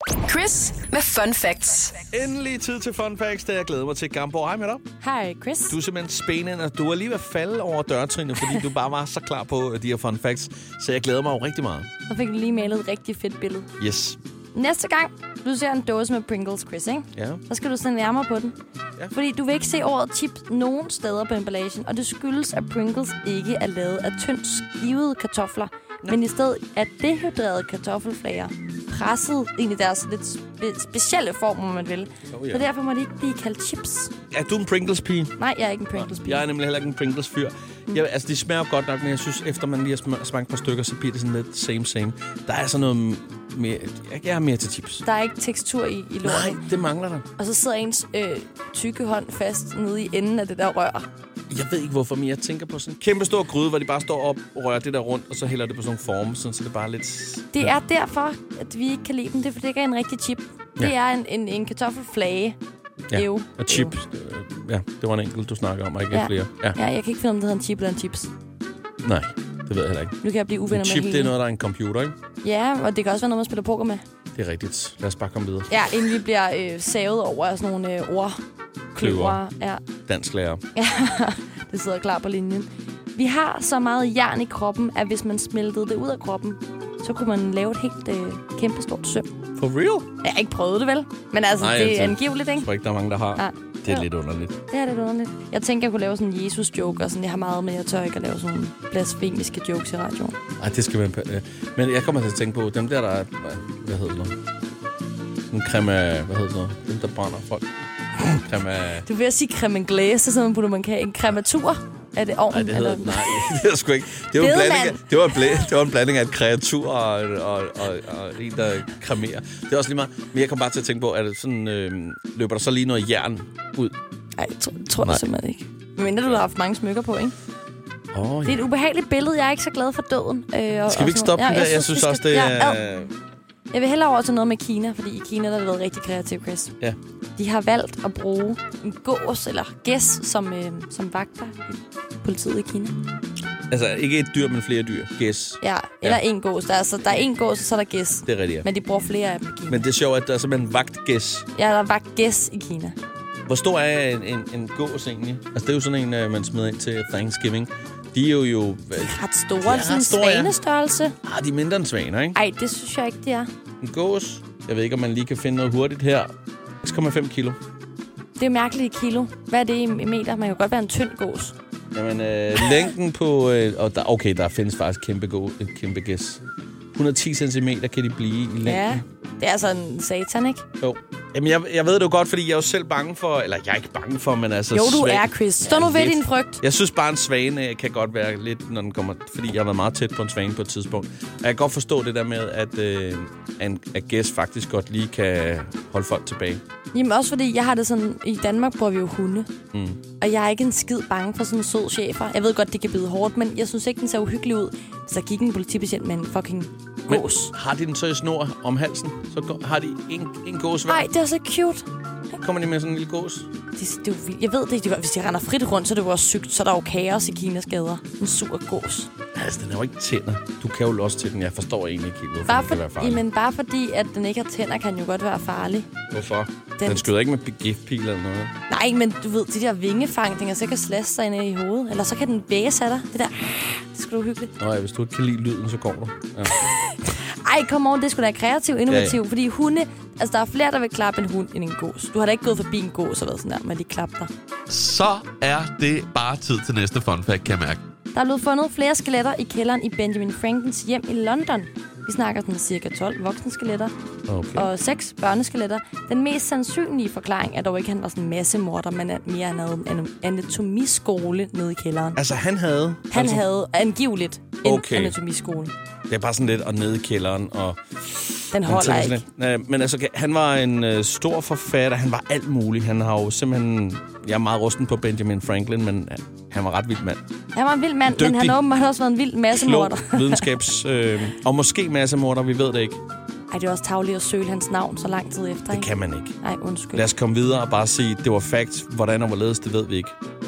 Chris med Fun Facts. Endelig tid til Fun Facts, da jeg glæder mig til Gamborg. Hej med dig. Hej, Chris. Du er simpelthen spændende, og du er lige ved at falde over dørtrinene, fordi du bare var så klar på de her Fun Facts. Så jeg glæder mig jo rigtig meget. Så fik du lige malet et rigtig fedt billede. Yes. Næste gang, du ser en dåse med Pringles, Chris, ikke? Ja. Så skal du se nærmere på den. Ja. Fordi du vil ikke se ordet chips nogen steder på emballagen, og det skyldes, at Pringles ikke er lavet af tyndt skivede kartofler, men i stedet af dehydrerede kartoffelflager, presset ind i deres lidt specielle form, om man vil. Oh, ja. Så derfor må de ikke blive kaldt chips. Er du en Pringles-pige? Nej, jeg er ikke en Pringles-pige. Jeg er nemlig heller ikke en Pringles-fyr. Altså, de smager godt nok, men jeg synes, efter man lige har smagt et par stykker, så bliver det sådan lidt same. Der er sådan noget mere... Jeg er mere til chips. Der er ikke tekstur i lorten. Nej, det mangler der. Og så sidder ens tykke hånd fast nede i enden af det der rør. Jeg ved ikke hvorfor, men jeg tænker på sådan en kæmpe stor gryde, hvor de bare står op og rører det der rundt, og så hælder det på sådan en form, så det bare lidt... Det er derfor, at vi ikke kan lide dem. Det er, fordi det ikke er en rigtig chip. Ja. Det er en kartoffelflage. Ja, og chips. Ja, det var en enkelt, du snakker om, og ikke flere. Ja, jeg kan ikke finde, om det hedder en chip eller en chips. Nej, det ved jeg heller ikke. Nu kan jeg blive uvenner med chip, det er noget, der er en computer, ikke? Ja, og det kan også være noget, man spiller poker med. Det er rigtigt. Lad os bare komme videre. Ja, inden vi bliver savet over af sådan nogle ordkløver. Ja. Dansklærer. Ja, det sidder klar på linjen. Vi har så meget jern i kroppen, at hvis man smeltede det ud af kroppen, så kunne man lave et helt kæmpestort søm. For real? Jeg har ikke prøvet det, vel? Men altså, nej, det er angiveligt, ikke? Jeg tror ikke, der er mange, der har. Nej. Det er lidt underligt. Det er lidt underligt. Jeg tænker, jeg kunne lave sådan en Jesus-joke, og sådan, jeg har meget, men jeg tør ikke at lave sådan nogle blasfemiske jokes i radioen. Ej, det skal være... Men jeg kommer til at tænke på, dem der er... Hvad hedder det? En creme... Hvad hedder det? Dem, der brænder folk. Creme... Du vil sige creme anglaise, så man kan en crematur. Er det ovnen? Nej, det hedder... Nej, det er sgu ikke. Det var, det var en blanding af et kreatur og en, der kremerer. Det er også lige meget... Men jeg kom bare til at tænke på, at sådan, løber der så lige noget jern ud? Nej, tror jeg simpelthen ikke. Men mindre du har haft mange smykker på, ikke? Ja. Det er et ubehageligt billede. Jeg er ikke så glad for døden. Skal vi ikke stoppe det der? Jeg synes også, det er... Jeg vil hellere over til noget med Kina, fordi i Kina der har det været rigtig kreativt, Chris. Ja. De har valgt at bruge en gås eller gæs som vagter i politiet i Kina. Altså ikke et dyr, men flere dyr. Gæs. Ja, eller en gås. Der er en gås, og så er der gæs. Det er rigtigt, ja. Men de bruger flere af dem i Kina. Men det er sjovt, at der er simpelthen vagtgæs. Ja, der er vagtgæs i Kina. Hvor stor er en gås egentlig? Altså det er jo sådan en, man smider ind til Thanksgiving. De er jo... De er ret store. Sådan en svanestørrelse. Ja. De er mindre end svaner, ikke? Ej, det synes jeg ikke, de er. En gås. Jeg ved ikke, om man lige kan finde noget hurtigt her. 6,5 kilo. Det er mærkeligt i kilo. Hvad er det i meter? Man kan godt være en tynd gås. Jamen, længden på... der findes faktisk kæmpe gæs. 110 cm kan de blive i længden. Ja, det er altså en satan, ikke? Jo. Jamen, jeg ved det jo godt, fordi jeg er jo selv bange for... Eller, jeg er ikke bange for, men altså... Jo, du er, Chris. Stå nu ved din frygt. Jeg synes bare, en svane kan godt være lidt, når den kommer... Fordi jeg har været meget tæt på en svane på et tidspunkt. Og jeg kan godt forstå det der med, at gæs faktisk godt lige kan holde folk tilbage. Jamen også fordi, jeg har det sådan... I Danmark bruger vi jo hunde. Mm. Og jeg er ikke en skid bange for sådan en sød chefer. Jeg ved godt, det kan bide hårdt, men jeg synes ikke, den ser uhyggelig ud. Hvis der gik en politibetjent med en fucking gås. Men har de den så i snor om halsen? Så har de en gås hver? Nej, det er så cute. Kommer de med sådan en lille gås? Det er jo vildt. Jeg ved det ikke. Hvis de render frit rundt, så er det jo også sygt. Så er der jo kaos i Kinas gader. En sur gås. Altså, den har jo ikke tænder. Du kan jo også til den. Jeg forstår egentlig ikke helt, hvorfor den kan være farlig. Jamen, bare fordi, at den ikke har tænder, kan den jo godt være farlig. Hvorfor? Den skyder ikke med giftpil eller noget? Nej, men du ved, de der vingefangninger, så kan slasse sig ind i hovedet. Eller så kan den væse af dig. Det der, det skulle du hyggeligt. Nå ja, hvis du ikke kan lide lyden, så går du. Ja. Ej, come on, det skulle da kreativt, innovativt. Ja. Fordi hunde, altså der er flere, der vil klappe en hund end en gås. Du har da ikke gået forbi en gås og været sådan der, men de klapper dig. Så er det bare tid til næste fun fact, kan jeg mærke. Der er blevet fundet flere skeletter i kælderen i Benjamin Franklins hjem i London. Vi snakker sådan cirka 12 voksne skeletter og 6 børneskeletter. Den mest sandsynlige forklaring er dog ikke, at han var sådan en massemorder, men at mere han havde en anatomiskole nede i kælderen. Altså han havde? Han havde angiveligt en anatomiskole. Det er bare sådan lidt og nede i kælderen. Og den holder ikke. Men altså, han var en stor forfatter. Han var alt muligt. Han har jo simpelthen... Jeg er meget rusten på Benjamin Franklin, men han var ret vild mand. Han var en vild mand, dygtig, men han har åbenbart også været en vild massemorder. Klog, videnskabs... og måske massemorder, vi ved det ikke. Ej, det er også tarveligt at søge hans navn så lang tid efter, Det kan man ikke. Nej, undskyld. Lad os komme videre og bare sige, det var fact. Hvordan og hvorledes, det ved vi ikke.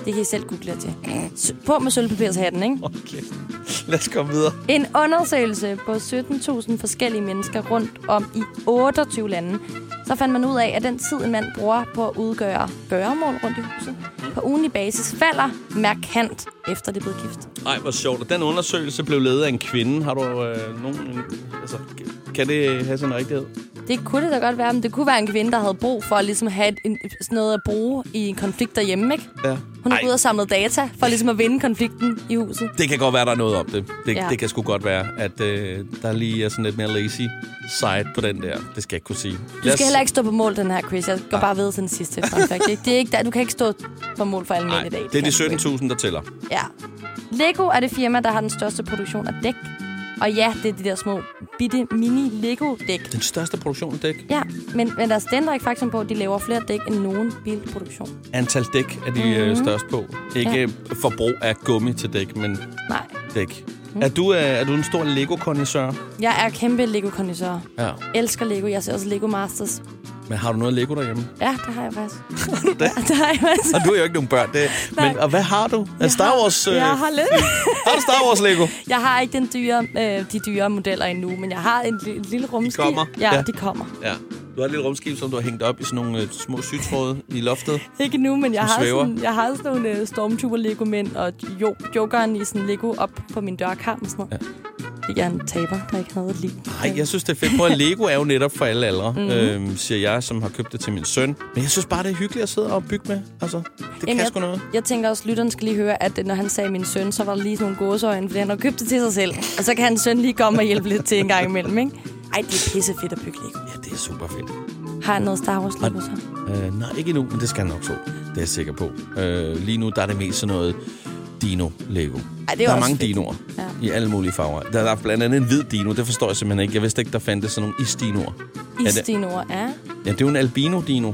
Det kan I selv google jer til. På med sølvpapirshatten, ikke? Okay. Lad os komme videre. En undersøgelse på 17.000 forskellige mennesker rundt om i 28 lande. Så fandt man ud af, at den tid, en mand bruger på at udgøre gøremål rundt i huset, på ugenlig basis falder markant efter det er blevet gift. Ej, hvor sjovt. Og den undersøgelse blev ledet af en kvinde. Har du nogen... Altså, kan det have sådan en rigtighed? Det kunne det da godt være, men det kunne være en kvinde, der havde brug for at ligesom have sådan noget at bruge i en konflikt derhjemme, ikke? Ja. Hun har gået og samlet data for ligesom at vinde konflikten i huset. Det kan godt være, der er noget om det. Det kan sgu godt være, at der lige er sådan lidt mere lazy side på den der. Det skal jeg ikke kunne sige. Du skal heller ikke stå på mål, den her quiz. Jeg går bare ved til den sidste fun fact. Det er ikke der. Du kan ikke stå på mål for alle mænd i dag. Det er de 17.000, der tæller. Ja. Lego er det firma, der har den største produktion af dæk. Og ja, det er de der små, bitte, mini Lego-dæk. Den største produktion af dæk? Ja, men der stænder ikke faktisk på, at de laver flere dæk end nogen bilproduktion. Antal dæk er de størst på. Ikke forbrug af gummi til dæk, men dæk. Er du en stor Lego-kondisør? Jeg er kæmpe Lego-kondisør. Ja. Elsker Lego. Jeg ser også Lego Masters. Men har du noget Lego derhjemme? Ja, det har jeg faktisk. Har du det? Ja, det har jeg faktisk. Og du er jo ikke nogen børn. Og hvad har du? Star Wars? Jeg har lidt. Har du Star Wars Lego? Jeg har ikke de dyre modeller endnu, men jeg har en lille rumskib. De kommer? Ja, de kommer. Ja. Du har et lille rumskib, som du har hængt op i sådan nogle små sytråde i loftet. Ikke nu, men jeg har sådan nogle Stormtrooper-Lego-mænd og jokeren i sådan Lego op på min dørkarm og sådan noget. Ja. Jeg er en taber, der ikke havde et liv. Nej, jeg synes, det er fedt. Prøv at Lego er jo netop for alle aldre, siger jeg, som har købt det til min søn. Men jeg synes bare, det er hyggeligt at sidde og bygge med. Altså, det kan sgu noget. Jeg tænker også, lytteren skal lige høre, at når han sagde min søn, så var der lige sådan nogle gåseøjne, fordi han har købt det til sig selv. Og så kan hans søn lige komme og hjælpe lidt til en gang imellem, ikke? Ej, det er pisse fedt at bygge Lego. Ja, det er super fedt. Har han noget Star Wars Lego så? Nej, ikke endnu, men det skal han nok få. Det er jeg sikker på. Lige nu, der er det mest sådan noget Dino-Lego. Der er mange dinoer i alle mulige farver. Der er blandt andet en hvid dino, det forstår jeg simpelthen ikke. Jeg vidste ikke, der fandtes sådan nogle isdinoer. Isdinoer, ja. Ja, det er jo en albino-dino.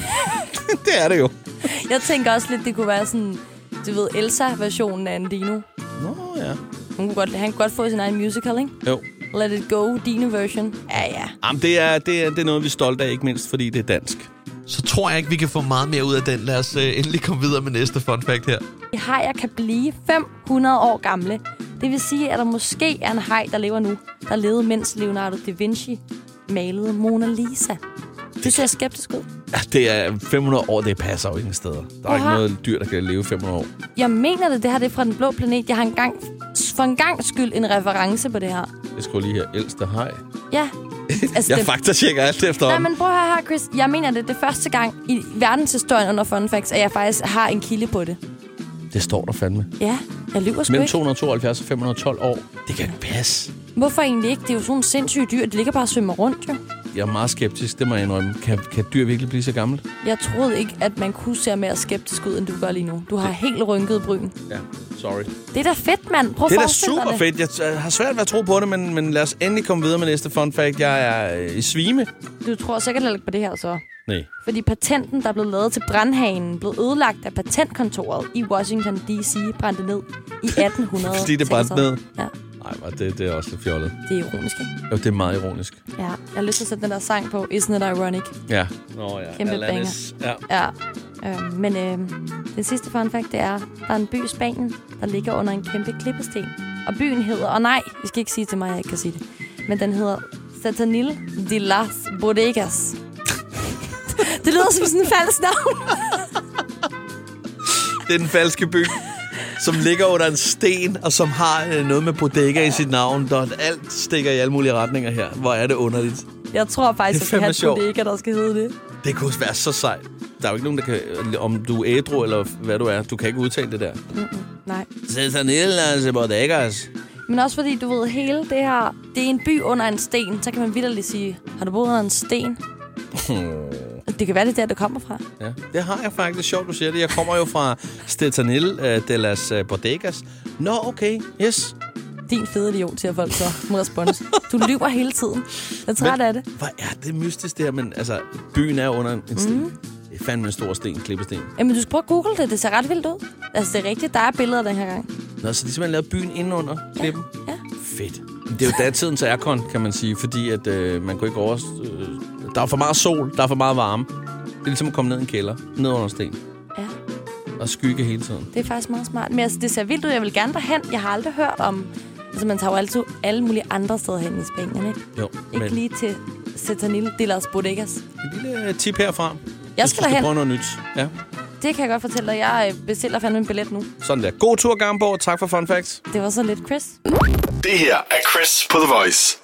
Det er det jo. Jeg tænker også lidt, det kunne være sådan, du ved, Elsa-versionen af en dino. Nå, ja. Han kunne godt få sin egen musical, ikke? Jo. Let It Go, dino-version. Ja. Jamen, det er noget, vi er stolte af, ikke mindst, fordi det er dansk. Så tror jeg ikke, vi kan få meget mere ud af den. Lad os endelig komme videre med næste fun fact her. Hajer kan blive 500 år gamle. Det vil sige, at der måske er en haj, der lever nu, der levede, mens Leonardo da Vinci malede Mona Lisa. Du ser skeptisk ud. Ja, det er 500 år, det passer jo ingen steder. Der er ikke noget dyr, der kan leve 500 år. Jeg mener det her det er fra Den Blå Planet. Jeg har for en gang skyld en reference på det her. Jeg skulle lige her ældste haj. Ja. Altså, jeg faktatjekker alt efterhånden. Nej, men prøv at høre her, Chris. Jeg mener det er første gang i verdenshistorien under Fun Facts, at jeg faktisk har en kilde på det. Det står der fandme. Ja, jeg lyver sgu mellem ikke. 272 og 512 år. Det kan ikke passe. Hvorfor egentlig ikke? Det er jo sådan en sindssyge dyr. Det ligger bare og svømmer rundt, jo. Jeg er meget skeptisk, det må jeg indrømme. Kan dyr virkelig blive så gammelt? Jeg troede ikke, at man kunne se mere skeptisk ud, end du gør lige nu. Du har helt rynket bryn. Ja, sorry. Det er da fedt, mand. Prøv at forestille dig det. Det er da super fedt. Jeg har svært ved at tro på det, men lad os endelig komme videre med næste fun fact. Jeg er i svime. Du tror sikkert heller ikke på det her, så? Nej. Fordi patenten, der blev lavet til brandhanen, blev ødelagt af patentkontoret i Washington D.C. brændte ned i 1800. Fordi det brændte ned? Ja. Nej, det er også lidt fjollet. Det er ironisk, ikke? Jo, det er meget ironisk. Ja, jeg har lyst til at sætte den der sang på Isn't It Ironic? Ja. Nå ja. Kæmpe banger. Men den sidste fun fact, det er, der er en by i Spanien, der ligger under en kæmpe klippesten. Og byen hedder, og nej, I skal ikke sige til mig, at jeg ikke kan sige det, men den hedder Satanil de las Bodegas. Det lyder som sådan en falsk navn. Det er den falske by, som ligger under en sten, og som har noget med bodega i sit navn. Der alt stikker i alle mulige retninger her. Hvor er det underligt. Jeg tror faktisk, at det er bodega, der skal hedde det. Det kunne være så sejt. Der er jo ikke nogen, der kan... Om du er ædru, eller hvad du er. Du kan ikke udtale det der. Nej. Sætanil, bodegas. Men også fordi, du ved, hele det her... Det er en by under en sten. Så kan man vitterligt sige, har du boet under en sten? Det kan være, det der, det kommer fra. Ja, det har jeg faktisk. Sjovt, du siger det. Jeg kommer jo fra Stetanil de las Bodegas. Nå, okay. Yes. Din fede idiot, siger folk så med respons. Du lyver hele tiden. Jeg er træt af det. Hvor er det mystisk, det her? Men altså, byen er under en sten. Det er fandme en stor sten, klippesten. Jamen, du skal prøve at google det. Det ser ret vildt ud. Altså, det er rigtigt. Der er billeder den her gang. Nå, så de simpelthen lavet byen indenunder klippen? Ja. Fedt. Det er jo datidens Aircon, kan man sige, fordi at man kunne ikke der er for meget sol, der er for meget varme. Det er ligesom at komme ned i en kælder, ned under sten. Ja. Og skygge hele tiden. Det er faktisk meget smart. Men altså, det ser vildt ud. Jeg vil gerne derhen. Jeg har aldrig hørt om... Altså, man tager jo altid alle mulige andre steder hen i Spanien, ikke? Jo. Ikke lige til Setanil de las Bodegas. Et lille tip herfra. Jeg skal derhen. Prøve noget nyt. Ja. Det kan jeg godt fortælle dig. Jeg bestiller fandme en billet nu. Sådan der. God tur, Gamborg. Tak for fun facts. Det var så lidt, Chris. Det her er Chris på The Voice.